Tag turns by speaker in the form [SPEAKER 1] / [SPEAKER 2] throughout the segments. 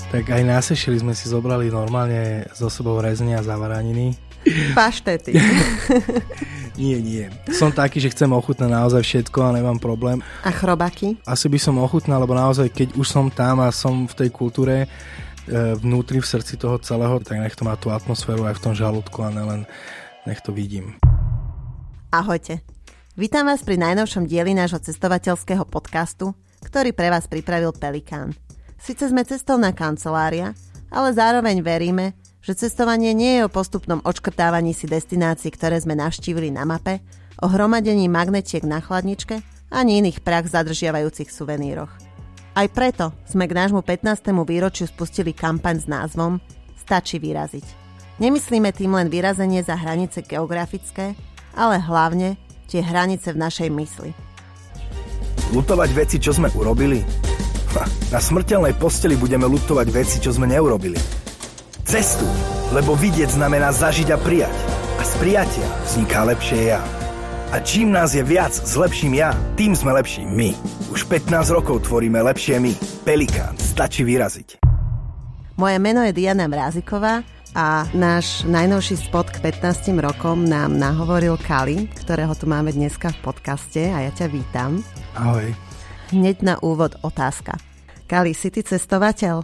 [SPEAKER 1] Tak aj na Seychely sme si zobrali normálne so sebou rezne a zavaraniny.
[SPEAKER 2] Paštety.
[SPEAKER 1] Nie. Som taký, že chcem ochutnať naozaj všetko a nemám problém.
[SPEAKER 2] A chrobaky?
[SPEAKER 1] Asi by som ochutnal, lebo naozaj, keď už som tam a som v tej kultúre, vnútri, v srdci toho celého, tak nech to má tú atmosféru aj v tom žalúdku a nelen nech to vidím.
[SPEAKER 2] Ahojte. Vítam vás pri najnovšom dieli nášho cestovateľského podcastu, ktorý pre vás pripravil Pelikán. Sice sme cestovná kancelária, ale zároveň veríme, že cestovanie nie je o postupnom odškrtávaní si destinácií, ktoré sme navštívili na mape, o hromadení magnetiek na chladničke ani iných prach zadržiavajúcich suveníroch. Aj preto sme k nášmu 15. výročiu spustili kampaň s názvom Stačí vyraziť. Nemyslíme tým len vyrazenie za hranice geografické, ale hlavne tie hranice v našej mysli.
[SPEAKER 3] Lutovať veci, čo sme urobili? Na smrteľnej posteli budeme lutovať veci, čo sme neurobili. Cestuj, lebo vidieť znamená zažiť a prijať. A z prijatia vzniká lepšie ja. A čím nás je viac s lepším ja, tým sme lepší my. Už 15 rokov tvoríme lepšie my. Pelikán, stačí vyraziť.
[SPEAKER 2] Moje meno je Diana Mráziková a náš najnovší spot k 15 rokom nám nahovoril Kali, ktorého tu máme dneska v podcaste a ja ťa vítam.
[SPEAKER 1] Ahoj.
[SPEAKER 2] Hneď na úvod otázka. Kali, si ty cestovateľ?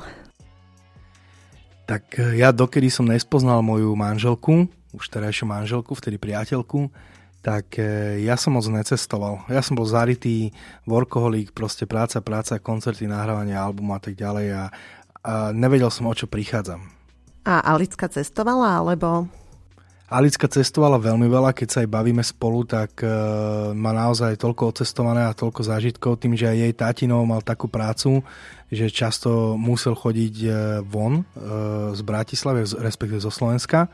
[SPEAKER 1] Tak ja dokedy som nespoznal moju manželku, už terajšiu manželku, vtedy priateľku, tak ja som moc necestoval. Ja som bol zarytý workoholík, proste práca, koncerty, nahrávanie albumu a tak ďalej a nevedel som, o čo prichádzam.
[SPEAKER 2] A Alicka cestovala, alebo...
[SPEAKER 1] Alicka cestovala veľmi veľa, keď sa aj bavíme spolu, tak má naozaj toľko odcestované a toľko zážitkov, tým, že aj jej tatino mal takú prácu, že často musel chodiť von z Bratislavy, respektíve zo Slovenska,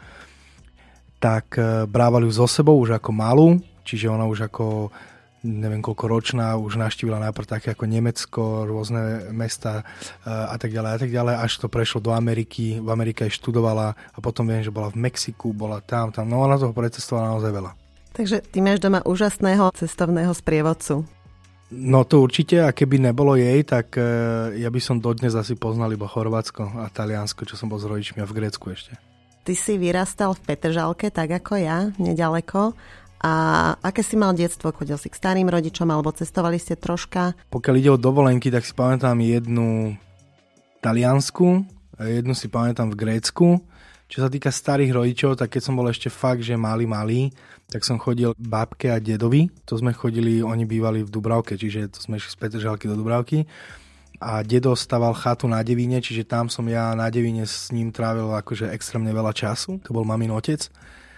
[SPEAKER 1] tak brával ju so sebou už ako malú, čiže ona už ako neviem koľko ročná, už navštívila najprv také ako Nemecko, rôzne mesta a tak ďalej, až to prešlo do Ameriky. V Amerike aj študovala a potom viem, že bola v Mexiku, bola tam. No ona toho precestovala naozaj veľa.
[SPEAKER 2] Takže ty máš doma úžasného cestovného sprievodcu.
[SPEAKER 1] No to určite, a keby nebolo jej, tak ja by som dodnes asi poznal iba Chorvátsko a Taliansko, čo som bol s rodičmi a v Grécku ešte. Ty
[SPEAKER 2] si vyrastal v Petržalke, tak ako ja, nedaleko. A aké si mal detstvo? Chodil si k starým rodičom alebo cestovali ste troška?
[SPEAKER 1] Pokiaľ ide o dovolenky, tak si pamätám jednu taliansku, jednu si pamätám v Grécku. Čo sa týka starých rodičov, tak keď som bol ešte fakt, že malý, tak som chodil k babke a dedovi. To sme chodili, oni bývali v Dubravke, čiže to sme išli z Petržalky do Dubravky. A dedo staval chatu na Devíne, čiže tam som ja na Devíne s ním trávil akože extrémne veľa času. To bol mamin otec.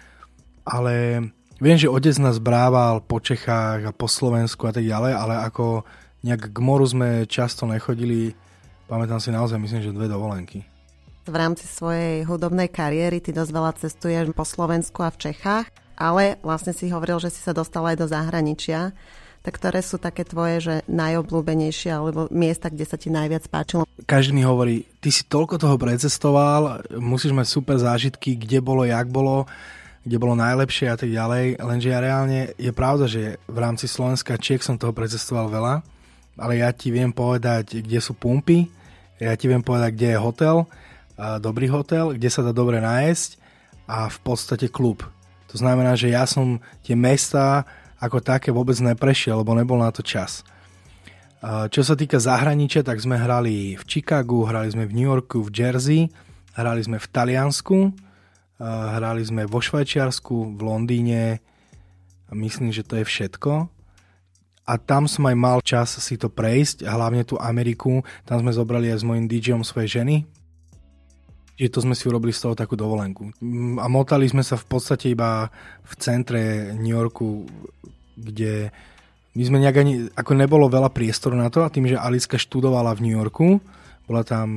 [SPEAKER 1] Ale viem, že otec nás brával po Čechách a po Slovensku a tak ďalej, ale ako nejak k moru sme často nechodili. Pamätám si naozaj, myslím, že 2 dovolenky.
[SPEAKER 2] V rámci svojej hudobnej kariéry ty dosť veľa cestuješ po Slovensku a v Čechách, ale vlastne si hovoril, že si sa dostal aj do zahraničia. Tak ktoré sú také tvoje, že najobľúbenejšie alebo miesta, kde sa ti najviac páčilo?
[SPEAKER 1] Každý mi hovorí, ty si toľko toho precestoval, musíš mať super zážitky, kde bolo, jak bolo, kde bolo najlepšie a tak ďalej, lenže ja reálne, je pravda, že v rámci Slovenska Čiech som toho precestoval veľa, ale ja ti viem povedať, kde sú pumpy, ja ti viem povedať, kde je hotel, dobrý hotel, kde sa dá dobre nájsť a v podstate klub. To znamená, že ja som tie mestá ako také vôbec neprešiel, lebo nebol na to čas. Čo sa týka zahraničia, tak sme hrali v Chicagu, hrali sme v New Yorku, v Jersey, hrali sme v Taliansku, hrali sme vo Švajčiarsku, v Londýne a myslím, že to je všetko. A tam som aj mal čas si to prejsť, a hlavne tú Ameriku, tam sme zobrali aj s mojím DJom svojej ženy. Čiže to sme si urobili z toho takú dovolenku. A motali sme sa v podstate iba v centre New Yorku, kde my sme nejak ani, ako nebolo veľa priestoru na to, a tým, že Alicka študovala v New Yorku, bola tam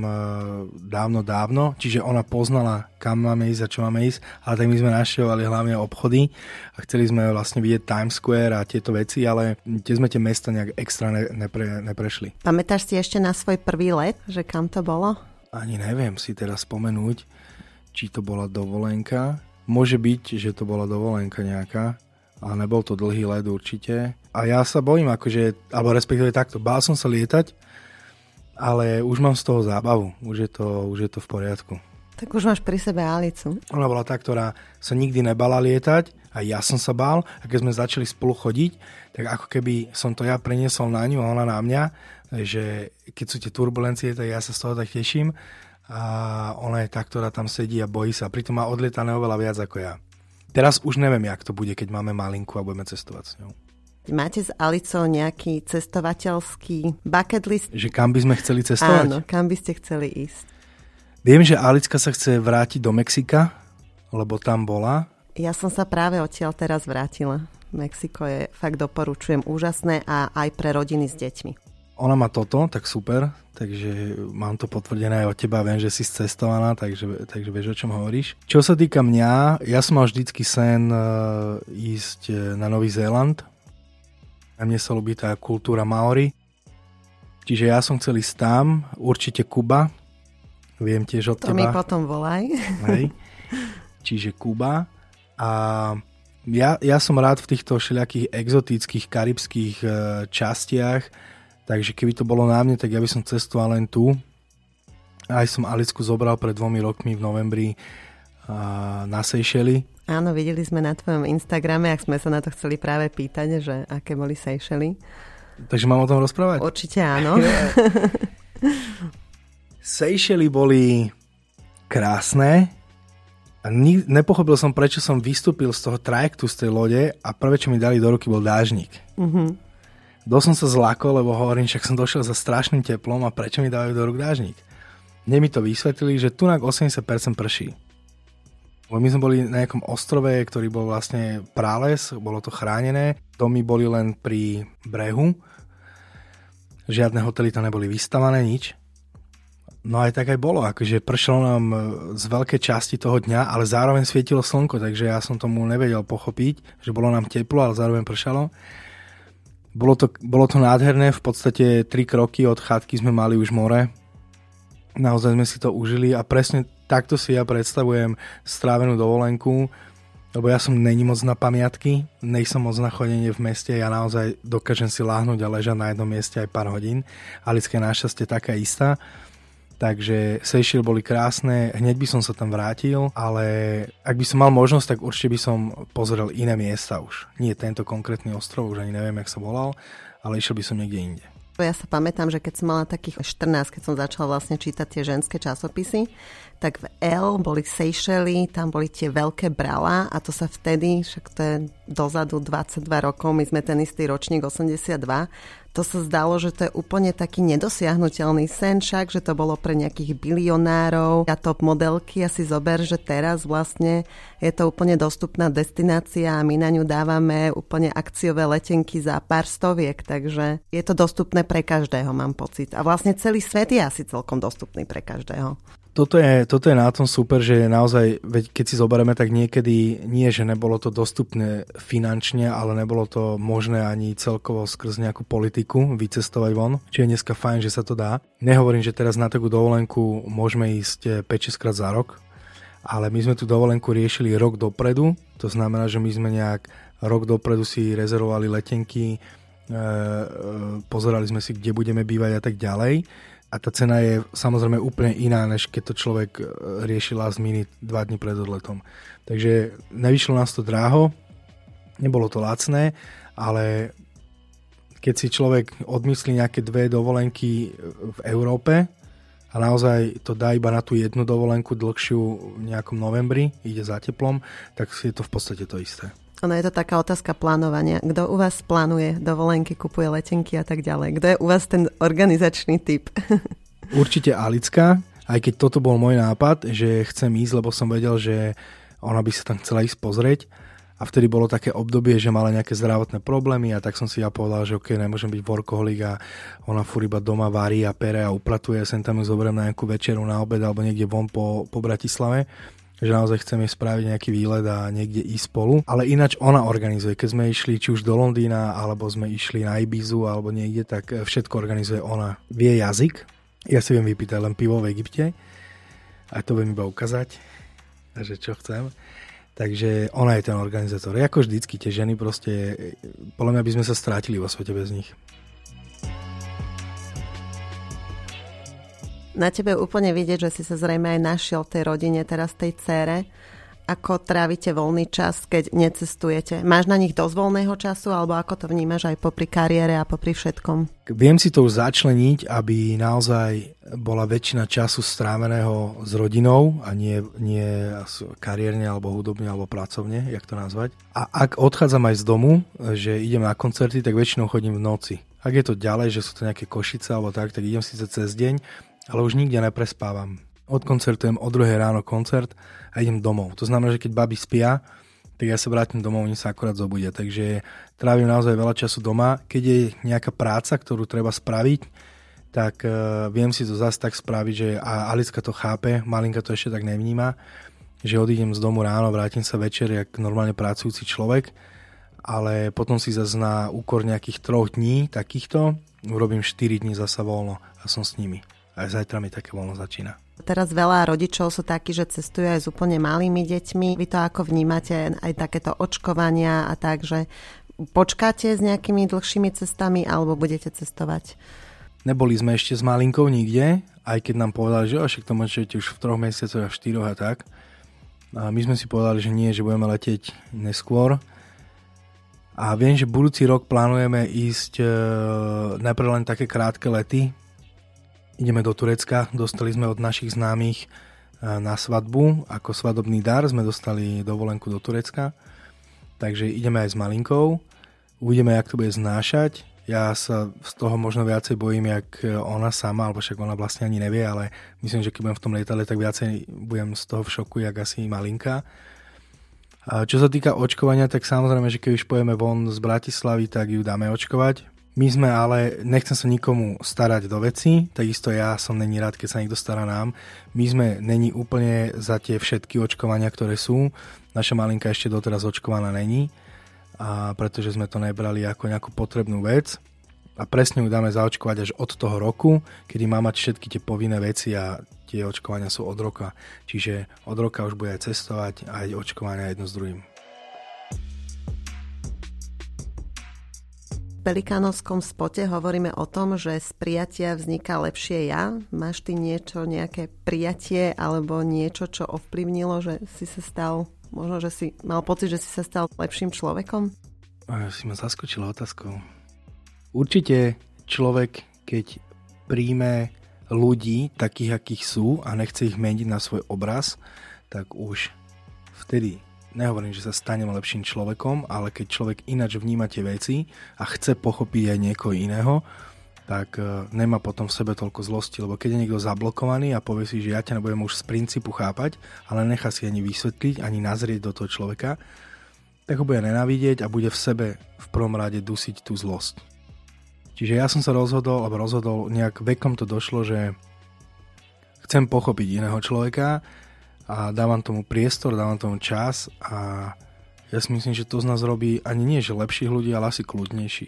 [SPEAKER 1] dávno, čiže ona poznala, kam máme ísť a čo máme ísť, ale tak my sme navštevovali hlavne obchody a chceli sme vlastne vidieť Times Square a tieto veci, ale tie sme tie mesta nejak extra neprešli.
[SPEAKER 2] Pamätáš si ešte na svoj prvý let, že kam to bolo?
[SPEAKER 1] Ani neviem si teraz spomenúť, či to bola dovolenka. Môže byť, že to bola dovolenka nejaká, ale nebol to dlhý let určite. A ja sa bojím, akože, alebo respektíve takto, bál som sa lietať, ale už mám z toho zábavu, už je to v poriadku.
[SPEAKER 2] Tak už máš pri sebe Alicu.
[SPEAKER 1] Ona bola tá, ktorá sa nikdy nebala lietať, a ja som sa bál, a keď sme začali spolu chodiť, tak ako keby som to ja preniesol na ňu a ona na mňa, že keď sú tie turbulencie, tak ja sa z toho tak teším a ona je tá, ktorá tam sedí a bojí sa, pritom má odlietané oveľa viac ako ja. Teraz už neviem, jak to bude, keď máme malinku a budeme cestovať s ňou.
[SPEAKER 2] Máte s Alicou nejaký cestovateľský bucket list?
[SPEAKER 1] Že kam by sme chceli cestovať?
[SPEAKER 2] Áno, kam by ste chceli ísť?
[SPEAKER 1] Viem, že Alicka sa chce vrátiť do Mexika, lebo tam bola.
[SPEAKER 2] Ja som sa práve odtiaľ teraz vrátila. Mexiko je, fakt doporučujem, úžasné a aj pre rodiny s deťmi.
[SPEAKER 1] Ona má toto, tak super, takže mám to potvrdené aj od teba, viem, že si cestovaná, takže vieš, o čom hovoríš. Čo sa týka mňa, ja som mal vždycky sen ísť na Nový Zéland. A mne sa ľúbi tá kultúra Maori. Čiže ja som chcel ísť tam, určite Kuba. Viem tiež od teba.
[SPEAKER 2] To mi potom volaj.
[SPEAKER 1] Hej. Čiže Kuba. A ja som rád v týchto všelijakých exotických karibských častiach, takže keby to bolo na mne, tak ja by som cestoval len tu. Aj som Alicku zobral pred 2 rokmi v novembri na Seychely.
[SPEAKER 2] Áno, videli sme na tvojom Instagrame, ak sme sa na to chceli práve pýtať, že aké boli Seychely.
[SPEAKER 1] Takže mám o tom rozprávať?
[SPEAKER 2] Určite áno.
[SPEAKER 1] Seychely boli krásne a nepochopil som, prečo som vystúpil z toho trajektu z tej lode a prvé, čo mi dali do ruky, bol dážnik. Dosť som sa zlakol, lebo hovorím, však som došiel za strašným teplom a prečo mi dávajú do rúk dážnik. Mne mi to vysvetlili, že tunak 80% prší. My sme boli na nejakom ostrove, ktorý bol vlastne prales, bolo to chránené. Domy boli len pri brehu. Žiadne hotely tam neboli vystavané, nič. No aj tak aj bolo, akože pršalo nám z veľkej časti toho dňa, ale zároveň svietilo slnko, takže ja som tomu nevedel pochopiť, že bolo nám teplo, ale zároveň pršalo. Bolo to nádherné, v podstate 3 kroky od chatky sme mali už more. Naozaj sme si to užili a presne takto si ja predstavujem strávenú dovolenku, lebo ja som není moc na pamiatky, nejsem moc na chodenie v meste, ja naozaj dokážem si láhnuť a ležať na jednom mieste aj pár hodín. Alická je našťastie taká istá, takže Seychelles boli krásne, hneď by som sa tam vrátil, ale ak by som mal možnosť, tak určite by som pozrel iné miesta už. Nie tento konkrétny ostrov, už ani neviem, jak sa volal, ale išiel by som niekde inde.
[SPEAKER 2] Ja sa pamätám, že keď som mala takých 14, keď som začala vlastne čítať tie ženské časopisy, tak v Elle boli Seychely, tam boli tie veľké bralá a to sa vtedy, však to je dozadu 22 rokov, my sme ten istý ročník 82, to sa zdalo, že to je úplne taký nedosiahnuteľný sen, však, že to bolo pre nejakých bilionárov a top modelky a si zober, že teraz vlastne je to úplne dostupná destinácia a my na ňu dávame úplne akciové letenky za pár stoviek, takže je to dostupné pre každého, mám pocit. A vlastne celý svet je asi celkom dostupný pre každého.
[SPEAKER 1] Toto je na tom super, že naozaj, keď si zoberieme, tak niekedy nie, že nebolo to dostupné finančne, ale nebolo to možné ani celkovo skrz nejakú politiku vycestovať von. Čiže je dneska fajn, že sa to dá. Nehovorím, že teraz na takú dovolenku môžeme ísť 5-6 krát za rok, ale my sme tú dovolenku riešili rok dopredu. To znamená, že my sme nejak rok dopredu si rezervovali letenky, pozerali sme si, kde budeme bývať a tak ďalej. A tá cena je samozrejme úplne iná, než keď to človek rieši last minute 2 dní pred odletom. Takže nevyšlo nás to dráho, nebolo to lacné, ale keď si človek odmyslí nejaké 2 dovolenky v Európe a naozaj to dá iba na tú jednu dovolenku dlhšiu v nejakom novembri, ide za teplom, tak je to v podstate to isté.
[SPEAKER 2] Ono je to taká otázka plánovania. Kto u vás plánuje dovolenky, kupuje letenky a tak ďalej? Kto je u vás ten organizačný typ?
[SPEAKER 1] Určite Alicka, aj keď toto bol môj nápad, že chcem ísť, lebo som vedel, že ona by sa tam chcela ísť pozrieť. A vtedy bolo také obdobie, že mala nejaké zdravotné problémy a tak som si ja povedal, že ok, nemôžem byť workoholik a ona furt iba doma varí a pere a upratuje. Sem tam ju zoberiem na nejakú večeru, na obed alebo niekde von po Bratislave. Že naozaj chceme spraviť nejaký výlet a niekde ísť spolu. Ale ináč ona organizuje. Keď sme išli či už do Londýna, alebo sme išli na Ibizu, alebo niekde, tak všetko organizuje ona. Vie jazyk. Ja si viem vypýtať len pivo v Egypte. A to viem iba ukázať, že čo chcem. Takže ona je ten organizátor. Ako vždycky, tie ženy proste, podľa mňa by sme sa strátili vo svete bez nich.
[SPEAKER 2] Na tebe je úplne vidieť, že si sa zrejme aj našiel v tej rodine, teraz tej dcére. Ako trávite voľný čas, keď necestujete? Máš na nich dosť voľného času, alebo ako to vnímaš aj popri kariére a popri všetkom?
[SPEAKER 1] Viem si to už začleniť, aby naozaj bola väčšina času stráveného s rodinou a nie kariérne, alebo hudobne, alebo pracovne, jak to nazvať. A ak odchádzam aj z domu, že idem na koncerty, tak väčšinou chodím v noci. Ak je to ďalej, že sú to nejaké Košice alebo tak idem síce cez deň, ale už nikde neprespávam. Odkoncertujem o 2:00 ráno koncert a idem domov. To znamená, že keď baby spia, tak ja sa vrátim domov, oni sa akorát zobudia. Takže trávim naozaj veľa času doma. Keď je nejaká práca, ktorú treba spraviť, tak viem si to zase tak spraviť, že a Alicka to chápe, malinka to ešte tak nevníma, že odídem z domu ráno, vrátim sa večer, jak normálne pracujúci človek, ale potom si zase na úkor nejakých 3 dní takýchto urobím 4 dní zasa voľno a som s nimi. A zajtra mi také voľno začína.
[SPEAKER 2] Teraz veľa rodičov sú takí, že cestujú aj s úplne malými deťmi. Vy to ako vnímate, aj takéto očkovania a tak, že počkáte s nejakými dlhšími cestami alebo budete cestovať?
[SPEAKER 1] Neboli sme ešte s malinkou nikde, aj keď nám povedali, že však to môžete už v 3 mesiacoch a v 4 a tak. A my sme si povedali, že nie, že budeme letieť neskôr. A viem, že budúci rok plánujeme ísť najprv len také krátke lety. Ideme do Turecka, dostali sme od našich známych na svadbu, ako svadobný dar sme dostali dovolenku do Turecka, takže ideme aj s malinkou, uvidíme, jak to bude znášať. Ja sa z toho možno viacej bojím, jak ona sama, alebo však ona vlastne ani nevie, ale myslím, že keď budem v tom lietadle, tak viacej budem z toho v šoku, jak asi malinka. A čo sa týka očkovania, tak samozrejme, že keď už pojeme von z Bratislavy, tak ju dáme očkovať. My sme ale, nechcem sa nikomu starať do veci, takisto ja som není rád, keď sa niekto stará nám. My sme není úplne za tie všetky očkovania, ktoré sú. Naša malinka ešte doteraz očkovaná není, a pretože sme to nebrali ako nejakú potrebnú vec. A presne ju dáme zaočkovať až od toho roku, kedy má mať všetky tie povinné veci a tie očkovania sú od roka. Čiže od roka už bude aj cestovať a aj očkovania jedno s druhým.
[SPEAKER 2] V pelikánovskom spote hovoríme o tom, že z prijatia vzniká lepšie ja. Máš ty niečo, nejaké prijatie alebo niečo, čo ovplyvnilo, že si sa stal, možno, že si mal pocit, že si sa stal lepším človekom?
[SPEAKER 1] Si ma zaskočila otázkou. Určite človek, keď príjme ľudí takých, akých sú a nechce ich meniť na svoj obraz, tak už vtedy nehovorím, že sa stanem lepším človekom, ale keď človek ináč vníma tie veci a chce pochopiť aj niekoho iného, tak nemá potom v sebe toľko zlosti, lebo keď je niekto zablokovaný a povie si, že ja ťa nebudem už z princípu chápať, ale nechá si ani vysvetliť, ani nazrieť do toho človeka, tak ho bude nenávidieť a bude v sebe v prvom rade dusiť tú zlosť. Čiže ja som sa rozhodol, nejak vekom to došlo, že chcem pochopiť iného človeka, a dávam tomu priestor, dávam tomu čas a ja si myslím, že to z nás robí ani nie, že lepších ľudí, ale asi kľudnejších.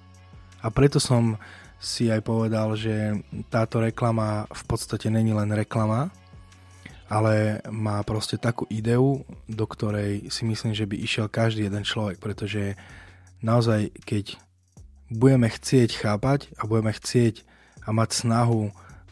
[SPEAKER 1] A preto som si aj povedal, že táto reklama v podstate není len reklama, ale má proste takú ideu, do ktorej si myslím, že by išiel každý jeden človek, pretože naozaj, keď budeme chcieť chápať a budeme chcieť a mať snahu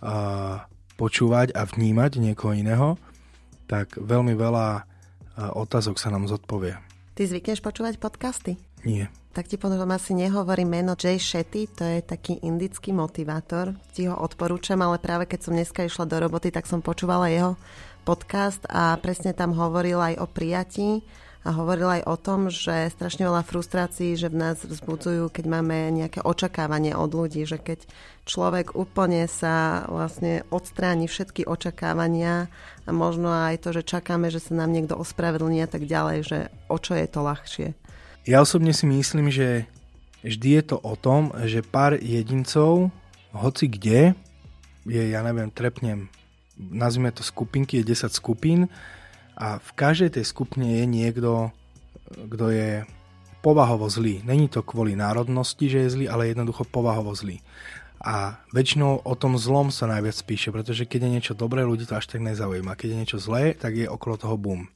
[SPEAKER 1] počúvať a vnímať niekoho iného, tak veľmi veľa otázok sa nám zodpovie.
[SPEAKER 2] Ty zvykneš počúvať podcasty?
[SPEAKER 1] Nie.
[SPEAKER 2] Tak ti potom asi nehovorí meno Jay Shetty, to je taký indický motivátor. Ti ho odporúčam, ale práve keď som dneska išla do roboty, tak som počúvala jeho podcast a presne tam hovoril aj o prijatí a hovoril aj o tom, že strašne veľa frustrácií, že v nás vzbudzujú, keď máme nejaké očakávanie od ľudí, že keď človek úplne sa vlastne odstráni všetky očakávania a možno aj to, že čakáme, že sa nám niekto ospravedlní a tak ďalej, že o čo je to ľahšie.
[SPEAKER 1] Ja osobne si myslím, že vždy je to o tom, že pár jedincov, hoci kde, trepnem, nazvime to skupinky, je 10 skupín, a v každej tej skupine je niekto, kto je povahovo zlý. Není to kvôli národnosti, že je zlý, ale jednoducho povahovo zlý. A väčšinou o tom zlom sa najviac píše, pretože keď je niečo dobré, ľudí to až tak nezaujíma. Keď je niečo zlé, tak je okolo toho boom.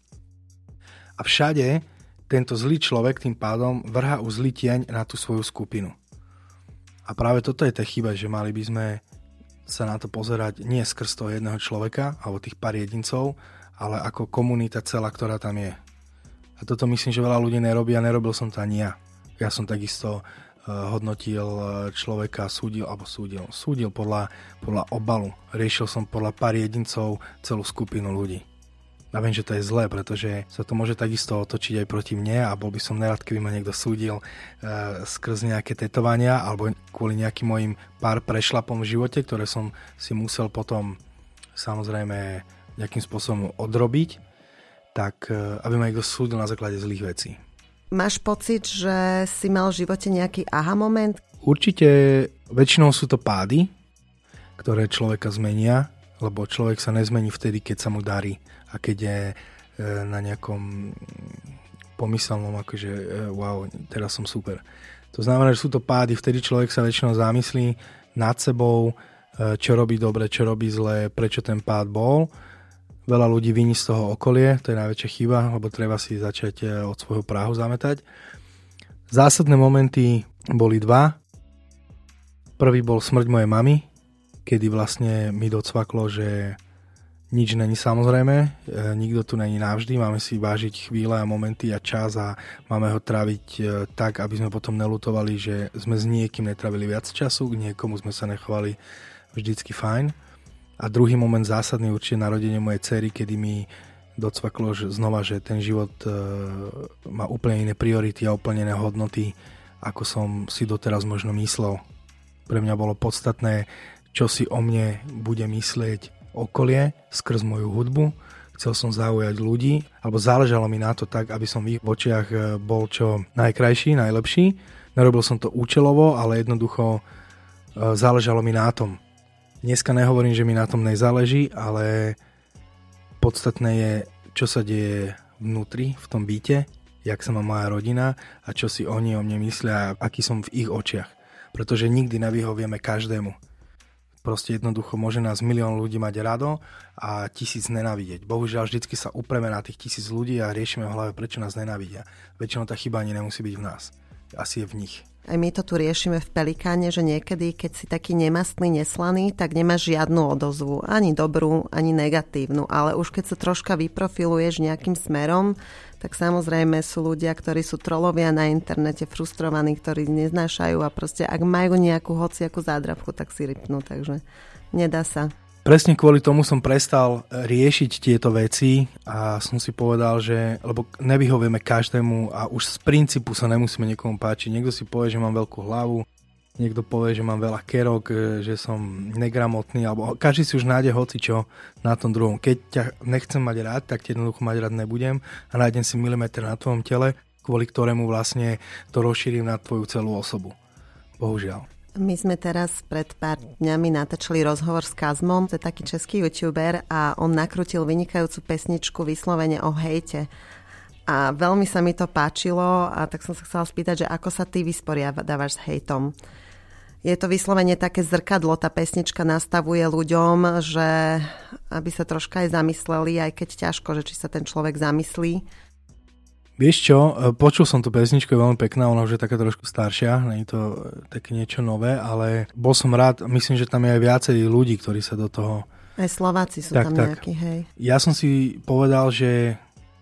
[SPEAKER 1] A všade tento zlý človek tým pádom vrhá už zlý tieň na tú svoju skupinu. A práve toto je tá chyba, že mali by sme sa na to pozerať nie skrz toho jedného človeka alebo tých pár jedincov, ale ako komunita celá, ktorá tam je. A toto myslím, že veľa ľudí nerobí a nerobil som to ani ja. Ja som takisto hodnotil človeka, súdil podľa obalu. Riešil som podľa pár jedincov celú skupinu ľudí. A viem, že to je zlé, pretože sa to môže takisto otočiť aj proti mne a bol by som nerad, keby ma niekto súdil skrz nejaké tetovania alebo kvôli nejakým mojim pár prešlapom v živote, ktoré som si musel potom samozrejme nejakým spôsobom odrobiť, tak aby ma niekto súdil na základe zlých vecí.
[SPEAKER 2] Máš pocit, že si mal v živote nejaký aha moment?
[SPEAKER 1] Určite väčšinou sú to pády, ktoré človeka zmenia, lebo človek sa nezmení vtedy, keď sa mu darí a keď je na nejakom pomyselnom, akože wow, teraz som super. To znamená, že sú to pády, vtedy človek sa väčšinou zamyslí nad sebou, čo robí dobre, čo robí zle, prečo ten pád bol. Veľa ľudí viní z toho okolie, to je najväčšia chyba, lebo treba si začať od svojho prahu zametať. Zásadné momenty boli dva. Prvý bol smrť mojej mamy, kedy vlastne mi docvaklo, že nič není samozrejme, nikto tu není navždy, máme si vážiť chvíle a momenty a čas a máme ho tráviť tak, aby sme potom nelutovali, že sme s niekým netravili viac času, k niekomu sme sa nechovali vždycky fajn. A druhý moment zásadný určite narodenie mojej dcery, kedy mi docvaklo znova, že ten život má úplne iné priority a úplne iné hodnoty, ako som si doteraz možno myslel. Pre mňa bolo podstatné, čo si o mne bude myslieť okolie skrz moju hudbu. Chcel som zaujať ľudí, alebo záležalo mi na to tak, aby som v ich očiach bol čo najkrajší, najlepší. Nerobil som to účelovo, ale jednoducho záležalo mi na tom. Dneska nehovorím, že mi na tom nezáleží, ale podstatné je, čo sa deje vnútri, v tom byte, jak sa má moja rodina a čo si oni o mne myslia a aký som v ich očiach. Pretože nikdy nevyhovieme každému. Proste jednoducho môže nás 1 000 000 ľudí mať rado a 1000 nenávidieť. Bohužiaľ vždycky sa upreme na tých 1000 ľudí a riešime v hlave, prečo nás nenávidia. Väčšinou tá chyba ani nemusí byť v nás. Asi je v nich.
[SPEAKER 2] Aj my to tu riešime v Pelikáne, že niekedy, keď si taký nemastný, neslaný, tak nemáš žiadnu odozvu. Ani dobrú, ani negatívnu. Ale už keď sa troška vyprofiluješ nejakým smerom, tak samozrejme sú ľudia, ktorí sú trolovia na internete, frustrovaní, ktorí neznášajú a proste ak majú nejakú hociakú zádrabku, tak si ripnú. Takže nedá sa.
[SPEAKER 1] Presne kvôli tomu som prestal riešiť tieto veci a som si povedal, že lebo nevyhovieme každému a už z princípu sa nemusíme niekomu páčiť. Niekto si povie, že mám veľkú hlavu, niekto povie, že mám veľa kerok, že som negramotný, alebo každý si už nájde hocičo na tom druhom. Keď ťa nechcem mať rád, tak ti jednoducho mať rád nebudem a nájdem si milimeter na tvojom tele, kvôli ktorému vlastne to rozšírim na tvoju celú osobu. Bohužiaľ.
[SPEAKER 2] My sme teraz pred pár dňami natáčali rozhovor s Kazmom, to je taký český youtuber a on nakrutil vynikajúcu pesničku vyslovene o hejte. A veľmi sa mi to páčilo a tak som sa chcela spýtať, že ako sa ty vysporiadávaš s hejtom. Je to vyslovene také zrkadlo, tá pesnička nastavuje ľuďom, že aby sa troška aj zamysleli, aj keď ťažko, že či sa ten človek zamyslí.
[SPEAKER 1] Vieš čo, počul som tú pesničku, je veľmi pekná, ona už je taká trošku staršia, nie je to také niečo nové, ale bol som rád, myslím, že tam je aj viacej ľudí, ktorí sa do toho...
[SPEAKER 2] Aj Slováci sú tam nejakí, hej.
[SPEAKER 1] Ja som si povedal, že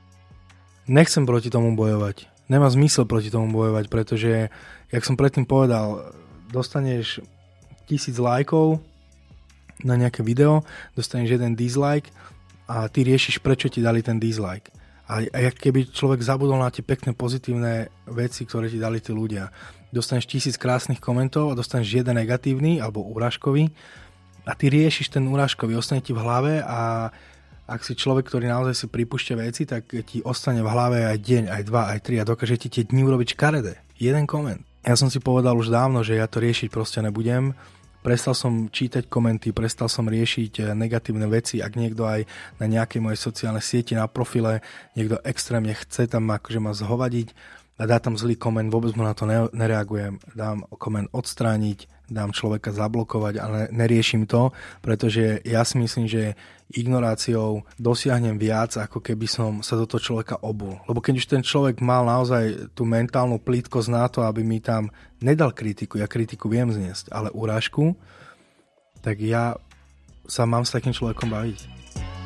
[SPEAKER 1] nechcem proti tomu bojovať. Nemá zmysel proti tomu bojovať, pretože, jak som predtým povedal, dostaneš 1000 lajkov na nejaké video, dostaneš 1 dislike a ty riešiš, prečo ti dali ten dislike. A keby človek zabudol na tie pekné, pozitívne veci, ktoré ti dali tí ľudia. Dostaneš 1000 krásnych komentov a dostaneš 1 negatívny alebo urážkový a ty riešiš ten urážkový, ostane ti v hlave a ak si človek, ktorý naozaj si pripúšťa veci, tak ti ostane v hlave aj deň, aj 2, aj 3 a dokáže ti tie dni urobiť škaredé. 1 koment. Ja som si povedal už dávno, že ja to riešiť proste nebudem. Prestal som čítať komenty, prestal som riešiť negatívne veci, ak niekto aj na nejakej mojej sociálnej sieti, na profile, niekto extrémne chce tam akože ma zhovadiť a dá tam zlý koment, vôbec mu na to nereagujem, dám koment odstrániť, dám človeka zablokovať, ale neriešim to, pretože ja si myslím, že ignoráciou dosiahnem viac, ako keby som sa do toho človeka obul. Lebo keď už ten človek mal naozaj tú mentálnu plítkosť na to, aby mi tam nedal kritiku, ja kritiku viem zniesť, ale urážku, tak ja sa mám s takým človekom baviť.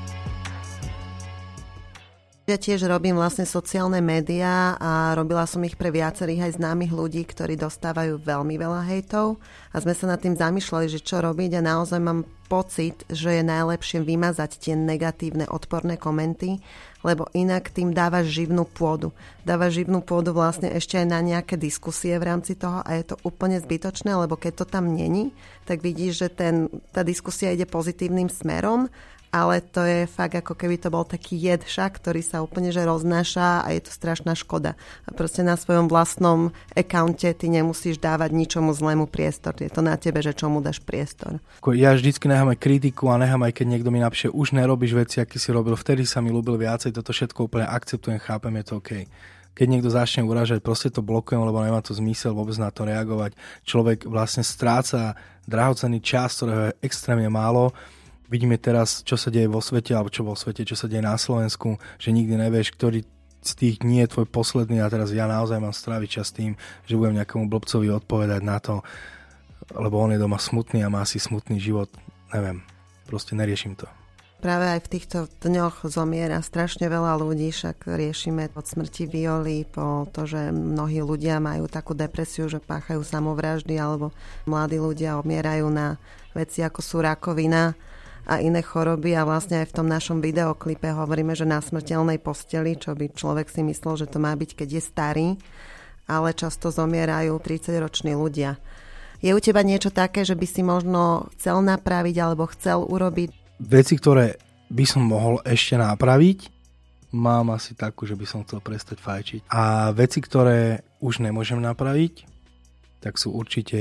[SPEAKER 2] Ja tiež robím vlastne sociálne médiá a robila som ich pre viacerých aj známych ľudí, ktorí dostávajú veľmi veľa hejtov a sme sa nad tým zamýšľali, že čo robiť a naozaj mám pocit, že je najlepšie vymazať tie negatívne odporné komenty, lebo inak tým dávaš živnú pôdu. Dávaš živnú pôdu vlastne ešte aj na nejaké diskusie v rámci toho a je to úplne zbytočné, lebo keď to tam není, tak vidíš, že tá diskusia ide pozitívnym smerom, ale to je fakt ako keby to bol taký jed však, ktorý sa úplne že roznáša a je to strašná škoda. A proste na svojom vlastnom accounte ty nemusíš dávať ničomu zlému priestor. Je to na tebe, že čomu dáš priestor.
[SPEAKER 1] Ja vždycky nechám aj kritiku a nechám aj keď niekto mi napíše, už nerobíš veci, aký si robil, vtedy sa mi ľúbil viacej, toto všetko úplne akceptujem, chápem, je to OK. Keď niekto začne urážať, proste to blokujem, lebo nemá to zmysel vôbec na to reagovať. Človek vlastne stráca drahocenný čas, ktorého je extrémne málo. Vidíme teraz, čo sa deje vo svete, alebo čo vo svete, čo sa deje na Slovensku, že nikdy nevieš, ktorý z tých dní je tvoj posledný a teraz ja naozaj mám stráviť čas tým, že budem nejakému blbcovi odpovedať na to, lebo on je doma smutný a má si smutný život. Neviem, proste neriešim to.
[SPEAKER 2] Práve aj v týchto dňoch zomiera strašne veľa ľudí, však riešime od smrti Violy po to, že mnohí ľudia majú takú depresiu, že páchajú samovraždy, alebo mladí ľudia umierajú na veci ako sú rakovina a iné choroby a vlastne aj v tom našom videoklipe hovoríme, že na smrteľnej posteli, čo by človek si myslel, že to má byť, keď je starý, ale často zomierajú 30-roční ľudia. Je u teba niečo také, že by si možno chcel napraviť alebo chcel urobiť?
[SPEAKER 1] Veci, ktoré by som mohol ešte napraviť, mám asi takú, že by som chcel prestať fajčiť. A veci, ktoré už nemôžem napraviť, tak sú určite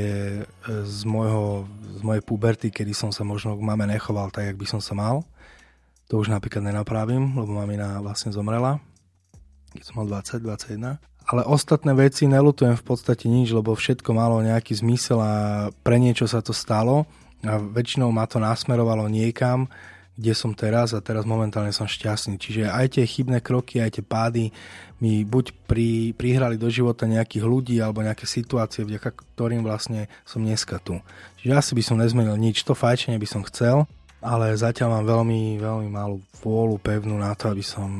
[SPEAKER 1] z mojej puberty, kedy som sa možno k mame nechoval tak, jak by som sa mal. To už napríklad nenapravím, lebo mamina vlastne zomrela, keď som mal 20-21. Ale ostatné veci neľutujem v podstate nič, lebo všetko malo nejaký zmysel a pre niečo sa to stalo a väčšinou ma to nasmerovalo niekam, kde som teraz a teraz momentálne som šťastný. Čiže aj tie chybné kroky, aj tie pády mi buď prihrali do života nejakých ľudí alebo nejaké situácie, vďaka ktorým vlastne som dneska tu. Čiže asi by som nezmenil nič, to fajčenie by som chcel, ale zatiaľ mám veľmi, veľmi malú vôľu pevnú na to, aby som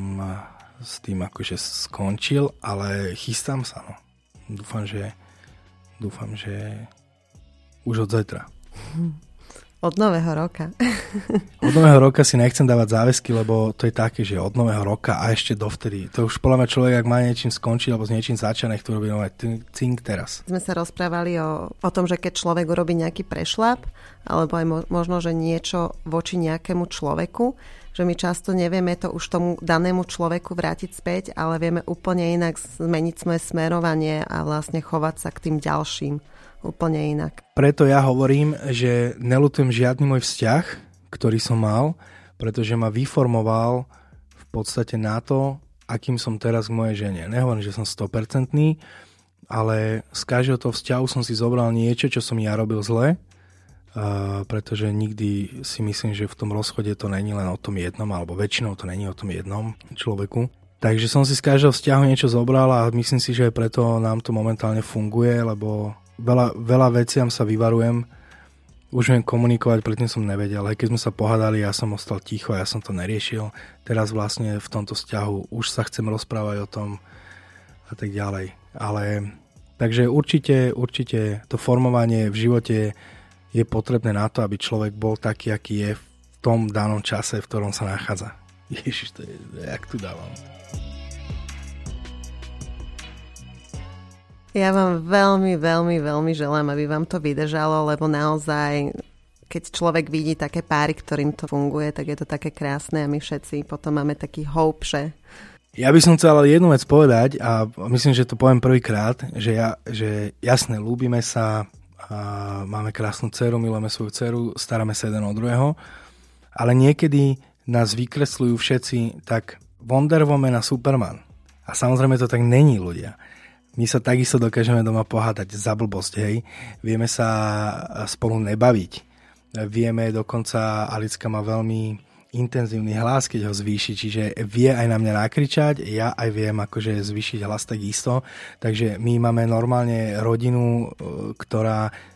[SPEAKER 1] s tým akože skončil, ale chystám sa. No. Dúfam, že už od zajtra.
[SPEAKER 2] Od nového roka.
[SPEAKER 1] Od nového roka si nechcem dávať záväzky, lebo to je také, že od nového roka a ešte dovtedy. To už podľa mňa človek, ak má niečím skončiť alebo s niečím začať, nech to robí cink teraz.
[SPEAKER 2] Sme sa rozprávali o tom, že keď človek urobí nejaký prešľap, alebo aj možno, že niečo voči nejakému človeku, že my často nevieme to už tomu danému človeku vrátiť späť, ale vieme úplne inak zmeniť svoje smerovanie a vlastne chovať sa k tým ďalším úplne inak.
[SPEAKER 1] Preto ja hovorím, že neľutujem žiadny môj vzťah, ktorý som mal, pretože ma vyformoval v podstate na to, akým som teraz k mojej žene. Nehovorím, že som 100%, ale z každého toho vzťahu som si zobral niečo, čo som ja robil zle, pretože nikdy si myslím, že v tom rozchode to není len o tom jednom, alebo väčšinou to není o tom jednom človeku. Takže som si z každého vzťahu niečo zobral a myslím si, že aj preto nám to momentálne funguje, lebo veľa veciam sa vyvarujem, už viem komunikovať, predtým som nevedel. Aj keď sme sa pohádali, ja som ostal ticho a ja som to neriešil. Teraz vlastne v tomto vzťahu už sa chcem rozprávať o tom a tak ďalej. Takže určite to formovanie v živote je potrebné na to, aby človek bol taký, aký je v tom danom čase, v ktorom sa nachádza. Ježiš, to je, jak tu dávam.
[SPEAKER 2] Ja vám veľmi, veľmi, veľmi želám, aby vám to vydržalo, lebo naozaj, keď človek vidí také páry, ktorým to funguje, tak je to také krásne a my všetci potom máme taký hope, že...
[SPEAKER 1] Ja by som chcel ale jednu vec povedať a myslím, že to poviem prvýkrát, že jasne, ľúbime sa, a máme krásnu dceru, milujeme svoju dceru, staráme sa jeden o druhého, ale niekedy nás vykresľujú všetci tak Wonder Woman a Superman. A samozrejme to tak není, ľudia. My sa takisto dokážeme doma pohádať za blbosť, hej. Vieme sa spolu nebaviť. Vieme dokonca, Alicka má veľmi intenzívny hlas, keď ho zvýši, čiže vie aj na mňa nakričať, ja aj viem akože zvýšiť hlas takisto. Takže my máme normálne rodinu, ktorá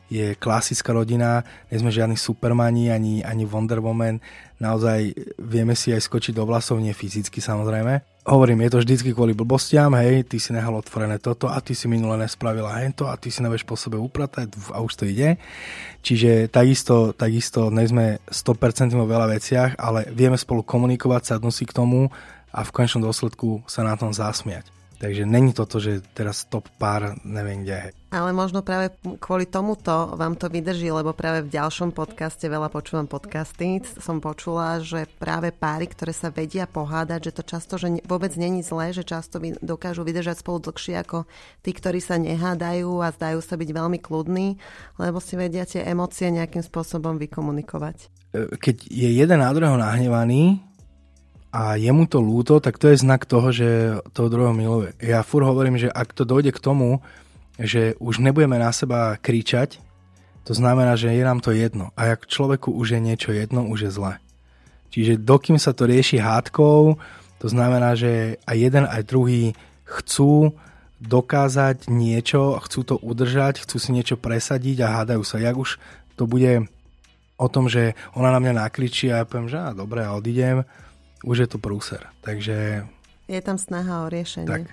[SPEAKER 1] je klasická rodina, nie sme žiadni supermani, ani Wonder Woman, naozaj vieme si aj skočiť do vlasov, nie fyzicky samozrejme. Hovorím, je to vždycky kvôli blbostiam, hej, ty si nehal otvorené toto a ty si minule nespravila hento a ty si nevieš po sebe upratať a už to ide. Čiže takisto nie sme 100% vo veľa veciach, ale vieme spolu komunikovať, sadnúť si k tomu a v konečnom dôsledku sa na tom zasmiať. Takže není toto, že teraz top pár neviem kde.
[SPEAKER 2] Ale možno práve kvôli tomuto vám to vydrží, lebo práve v ďalšom podcaste, veľa počúvam podcasty, som počula, že práve páry, ktoré sa vedia pohádať, že to často, že vôbec není zlé, že často dokážu vydržať spolu dlhšie ako tí, ktorí sa nehádajú a zdajú sa byť veľmi kľudní, lebo si vedia tie emócie nejakým spôsobom vykomunikovať.
[SPEAKER 1] Keď je jeden na druhého nahnevaný, a je mu to ľúto, tak to je znak toho, že toho druhého miluje. Ja furt hovorím, že ak to dojde k tomu, že už nebudeme na seba kričať, to znamená, že je nám to jedno. A ak človeku už je niečo jedno, už je zle. Čiže dokým sa to rieši hádkou, to znamená, že aj jeden, aj druhý chcú dokázať niečo, chcú to udržať, chcú si niečo presadiť a hádajú sa. Jak už to bude o tom, že ona na mňa nakričí a ja poviem, že dobre, a odídem, už je to prúser, takže...
[SPEAKER 2] Je tam snaha o riešenie.
[SPEAKER 1] Tak.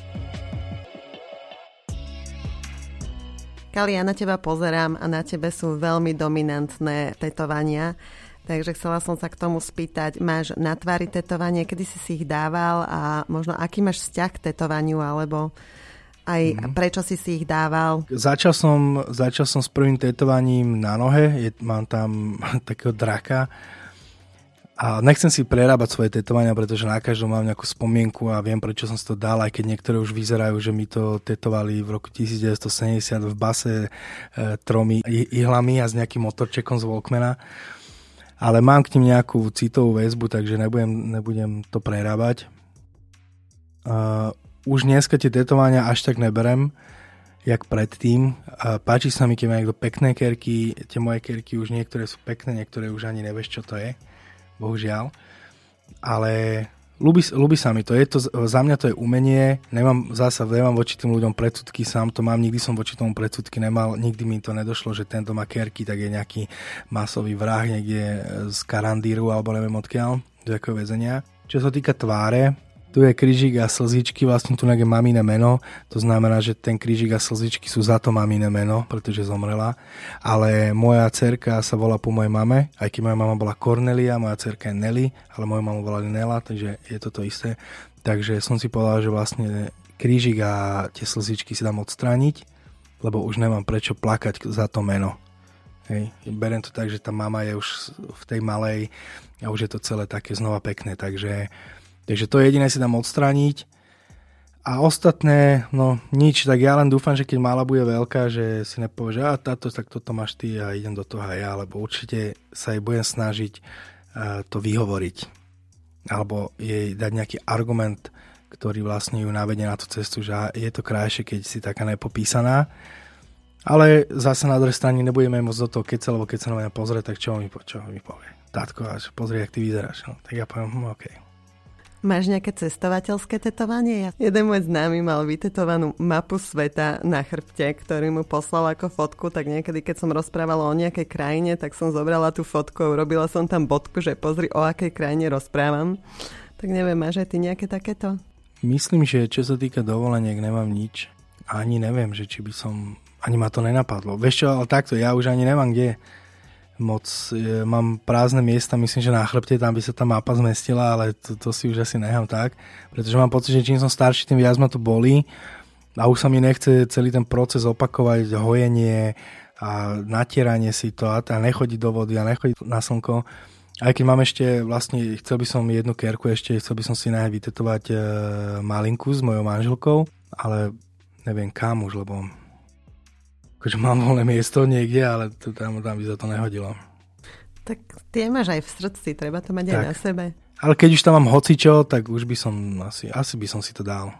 [SPEAKER 2] Kali, ja na teba pozerám a na tebe sú veľmi dominantné tetovania, takže chcela som sa k tomu spýtať, máš na tvári tetovanie, kedy si ich dával a možno aký máš vzťah k tetovaniu, alebo aj prečo si ich dával? Začal
[SPEAKER 1] som s prvým tetovaním na nohe, mám tam takého draka. A nechcem si prerábať svoje tetovania, pretože na každom mám nejakú spomienku a viem, prečo som si to dal, aj keď niektoré už vyzerajú, že mi to tetovali v roku 1970 v base 3 ihlami a s nejakým motorčekom z Walkmana. Ale mám k nim nejakú citovú väzbu, takže nebudem to prerábať. Už dneska tie tetovania až tak neberem, jak predtým. Páči sa mi, keď má niekto pekné kerky, tie moje kerky už niektoré sú pekné, niektoré už ani nevieš, čo to je. Bohužiaľ. Ale ľúbi sa mi to. Za mňa to je umenie. Nemám voči tým ľuďom predsudky, sám to mám. Nikdy som voči tomu predsudky nemal. Nikdy mi to nedošlo, že tento má kerky, tak je nejaký masový vrah niekde z Karandíru alebo neviem odkiaľ, z jakého väzenia. Čo sa týka tváre, tu je krížik a slzičky, vlastne tu je mamine meno, to znamená, že ten krížik a slzičky sú za to mamine meno, pretože zomrela, ale moja dcerka sa volá po mojej mame, aj keď moja mama bola Cornelia, moja dcerka je Nelly, ale moju mamu volali Nela, takže je to isté, takže som si povedal, že vlastne krížik a tie slzičky si dám odstrániť, lebo už nemám prečo plakať za to meno. Hej. Beriem to tak, že tá mama je už v tej malej a už je to celé také znova pekné, takže to jediné si dám odstrániť a ostatné, no nič, tak ja len dúfam, že keď mala bude veľká, že si nepovie, že tak toto máš ty a idem do toho aj ja, lebo určite sa jej budem snažiť to vyhovoriť alebo jej dať nejaký argument, ktorý vlastne ju navedie na tú cestu, že je to krajšie, keď si taká nepopísaná, ale zase na druhej strane nebudeme môcť do toho keca, lebo keď sa na mňa pozrie, tak čo mi povie? Tátko, pozri, jak ty vyzeráš. No, tak ja poviem, OK.
[SPEAKER 2] Máš nejaké cestovateľské tetovanie? Jeden môj známy mal vytetovanú mapu sveta na chrbte, ktorý mu poslal ako fotku, tak niekedy, keď som rozprávala o nejakej krajine, tak som zobrala tú fotku a urobila som tam bodku, že pozri, o akej krajine rozprávam. Tak neviem, máš aj ty nejaké takéto? Myslím,
[SPEAKER 1] že čo sa týka dovoleniek, nemám nič. Ani neviem, že či by som... Ani ma to nenapadlo. Vieš čo, ale takto, ja už ani nemám kde moc, mám prázdne miesta, myslím, že na chrbte tam by sa tá mapa zmestila, ale to si už asi nechám tak, pretože mám pocit, že čím som starší, tým viac ma to bolí a už sa mi nechce celý ten proces opakovať, hojenie a natieranie si to a nechodiť do vody a nechodiť na slnko. Aj keď mám ešte, vlastne chcel by som jednu kerku ešte, chcel by som si nahať vytetovať malinku s mojou manželkou, ale neviem kam už, lebo akože mám voľné miesto niekde, ale tam by sa to nehodilo.
[SPEAKER 2] Tak ty máš aj v srdci, treba to mať tak aj na sebe.
[SPEAKER 1] Ale keď už tam mám hocičo, tak už by som asi by som si to dal.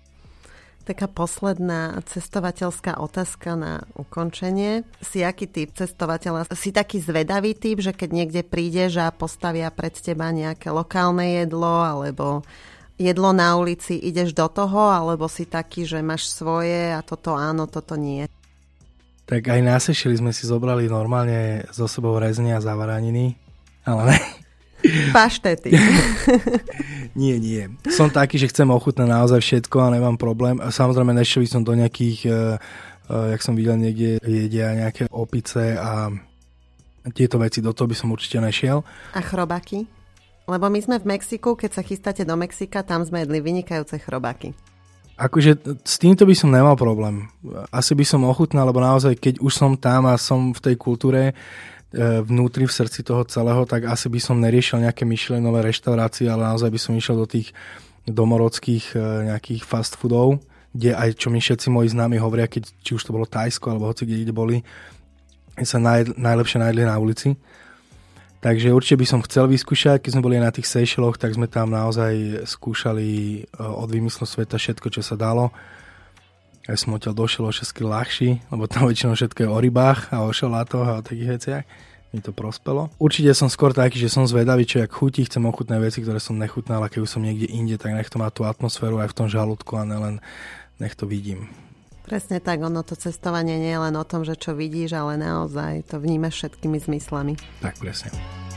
[SPEAKER 2] Taká posledná cestovateľská otázka na ukončenie. Si aký typ cestovateľa? Si taký zvedavý typ, že keď niekde prídeš a postavia pred teba nejaké lokálne jedlo alebo jedlo na ulici, ideš do toho, alebo si taký, že máš svoje a toto áno, toto nie?
[SPEAKER 1] Tak aj na Seychely sme si zobrali normálne so sebou rezne a zavaraniny, ale ne.
[SPEAKER 2] Paštety.
[SPEAKER 1] Nie. Som taký, že chcem ochutnať naozaj všetko a nemám problém. A samozrejme nešiel by som do nejakých, jak som videl niekde, jedia nejaké opice a tieto veci, do toho by som určite nešiel.
[SPEAKER 2] A chrobáky? Lebo my sme v Mexiku, keď sa chystáte do Mexika, tam sme jedli vynikajúce chrobáky.
[SPEAKER 1] Akože s týmto by som nemal problém. Asi by som ochutnal, lebo naozaj, keď už som tam a som v tej kultúre vnútri, v srdci toho celého, tak asi by som neriešil nejaké myšlenové reštaurácie, ale naozaj by som išiel do tých domorodských nejakých fast foodov, kde aj čo mi všetci moji známi hovoria, keď, či už to bolo Thajsko, alebo hoci kde boli, sa najlepšie najedli na ulici. Takže určite by som chcel vyskúšať, keď sme boli na tých Seychelloch, tak sme tam naozaj skúšali od vymyslu sveta všetko, čo sa dalo. Ja som odtiaľ došiel o 6 kg ľahší, lebo tam väčšinou všetko je o rybách a o šalátoch a o takých veciach. Mi to prospelo. Určite som skôr taký, že som zvedavý, čo jak chutí, chcem ochutnať veci, ktoré som nechutnal, a keď už som niekde inde, tak nech to má tú atmosféru aj v tom žalúdku a nelen nech to vidím.
[SPEAKER 2] Presne tak, ono to cestovanie nie je len o tom, že čo vidíš, ale naozaj to vnímaš všetkými zmyslami.
[SPEAKER 1] Tak, presne.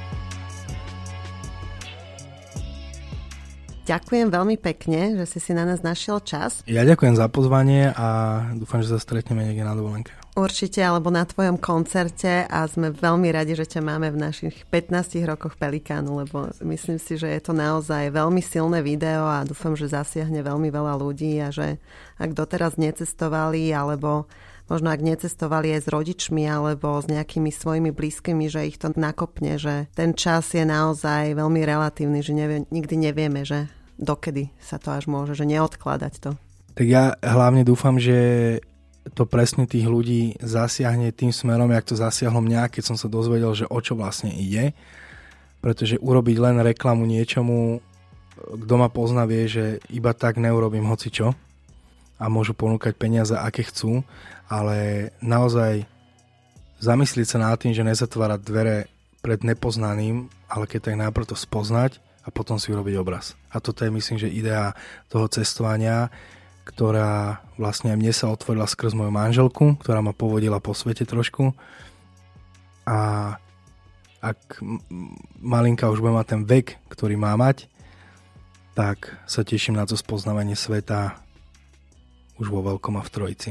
[SPEAKER 2] Ďakujem veľmi pekne, že si na nás našiel čas.
[SPEAKER 1] Ja ďakujem za pozvanie a dúfam, že sa stretneme niekde na dovolenke.
[SPEAKER 2] Určite, alebo na tvojom koncerte, a sme veľmi radi, že ťa máme v našich 15 rokoch Pelikánu, lebo myslím si, že je to naozaj veľmi silné video a dúfam, že zasiahne veľmi veľa ľudí a že ak doteraz necestovali, alebo možno ak necestovali aj s rodičmi alebo s nejakými svojimi blízkymi, že ich to nakopne, že ten čas je naozaj veľmi relatívny, že nikdy nevieme, že dokedy sa to až môže, že neodkladať to.
[SPEAKER 1] Tak ja hlavne dúfam, že to presne tých ľudí zasiahne tým smerom, jak to zasiahlo mňa, keď som sa dozvedel, že o čo vlastne ide. Pretože urobiť len reklamu niečomu, kto ma pozná, vie, že iba tak neurobím hocičo a môžu ponúkať peniaze, aké chcú, ale naozaj zamyslieť sa nad tým, že nezatvárať dvere pred nepoznaným, ale keď tak najprv to spoznať a potom si urobiť obraz. A toto je, myslím, že idea toho cestovania, ktorá vlastne aj mne sa otvorila skrz moju manželku, ktorá ma povodila po svete trošku. A ak malinka už bude mať ten vek, ktorý má mať, tak sa teším na to spoznávanie sveta už vo veľkom a v trojici.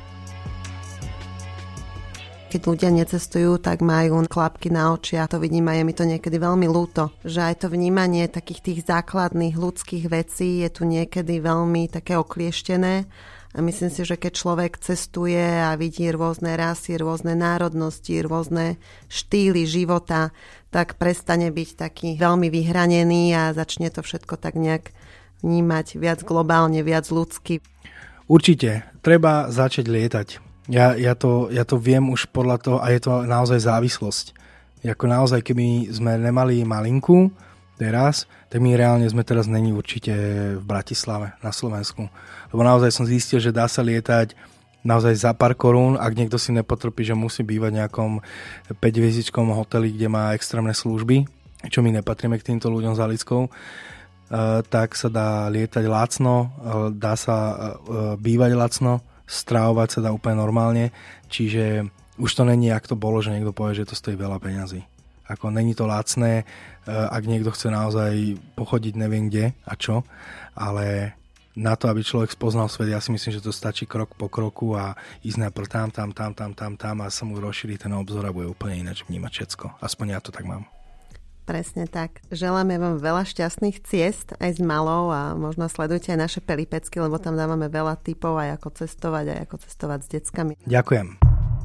[SPEAKER 2] Keď ľudia necestujú, tak majú klapky na oči a to vidím a je mi to niekedy veľmi ľúto, že aj to vnímanie takých tých základných ľudských vecí je tu niekedy veľmi také oklieštené a myslím si, že keď človek cestuje a vidí rôzne rasy, rôzne národnosti, rôzne štýly života, tak prestane byť taký veľmi vyhranený a začne to všetko tak nejak vnímať viac globálne, viac ľudsky.
[SPEAKER 1] Určite, treba začať lietať. Ja to viem už podľa toho a je to naozaj závislosť. Ako naozaj, keby sme nemali malinku teraz, tak my reálne sme teraz není určite v Bratislave na Slovensku. Lebo naozaj som zistil, že dá sa lietať naozaj za pár korún, ak niekto si nepotrpí, že musí bývať v nejakom 5-hviezdičkovom hoteli, kde má extrémne služby, čo my nepatríme k týmto ľuďom za Lickou, tak sa dá lietať lacno, dá sa bývať lacno, stravovať sa dá úplne normálne, čiže už to není, jak to bolo, že niekto povie, že to stojí veľa peňazí. Ako není to lacné, ak niekto chce naozaj pochodiť neviem kde a čo, ale na to, aby človek spoznal svet, ja si myslím, že to stačí krok po kroku a ísť najprv tam a sa mu rozšíri ten obzor a bude úplne ináč vnímať všetko. Aspoň ja to tak mám.
[SPEAKER 2] Presne tak. Želáme vám veľa šťastných ciest aj s malou a možno sledujte aj naše Pelipecky, lebo tam dávame veľa tipov aj ako cestovať, aj ako cestovať s deckami.
[SPEAKER 1] Ďakujem.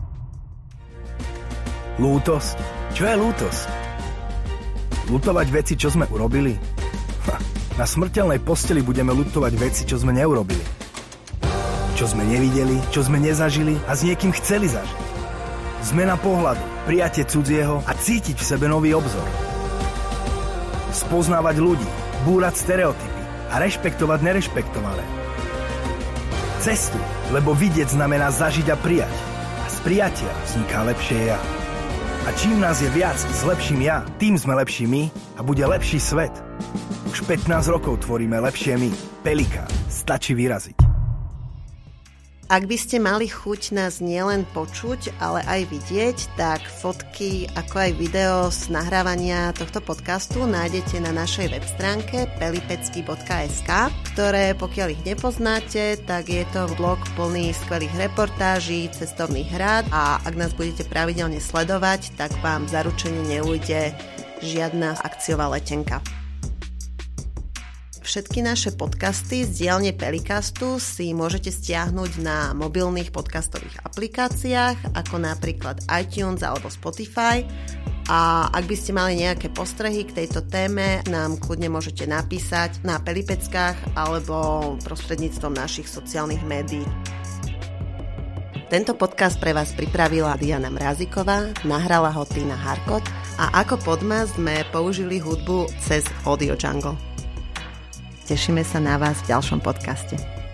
[SPEAKER 3] Lútosť? Čo je lútosť? Lutovať veci, čo sme urobili? Na smrteľnej posteli budeme lutovať veci, čo sme neurobili. Čo sme nevideli, čo sme nezažili a s niekým chceli zažiť. Zmena pohľadu, prijatie cudzieho a cítiť v sebe nový obzor. Spoznávať ľudí, búrať stereotypy a rešpektovať nerešpektované. Cestuj, lebo vidieť znamená zažiť a prijať. A z prijatia vzniká lepšie ja. A čím nás je viac s lepším ja, tým sme lepší my a bude lepší svet. Už 15 rokov tvoríme lepšie my. Pelikán. Stačí vyraziť.
[SPEAKER 2] Ak by ste mali chuť nás nielen počuť, ale aj vidieť, tak fotky ako aj video z nahrávania tohto podcastu nájdete na našej web stránke pelipecky.sk, ktoré pokiaľ ich nepoznáte, tak je to blog plný skvelých reportáží, cestovných rád a ak nás budete pravidelne sledovať, tak vám zaručene neujde žiadna akciová letenka. Všetky naše podcasty z dielne Pelikastu si môžete stiahnuť na mobilných podcastových aplikáciách, ako napríklad iTunes alebo Spotify. A ak by ste mali nejaké postrehy k tejto téme, nám kľudne môžete napísať na Pelipeckách alebo prostredníctvom našich sociálnych médií. Tento podcast pre vás pripravila Diana Mráziková, nahrala ho Tina Harkot a ako podmas sme použili hudbu cez Audio Jungle. Tešíme sa na vás v ďalšom podcaste.